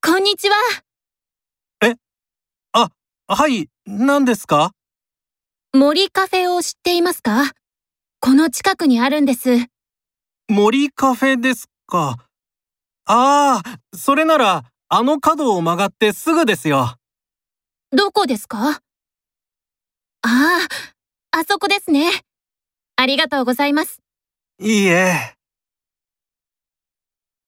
こんにちは。 え、はい、何ですか？ 森カフェを知っていますか？この近くにあるんです。 森カフェですか。それなら、あの角を曲がってすぐですよ。 どこですか？あそこですね。ありがとうございます。 いいえ。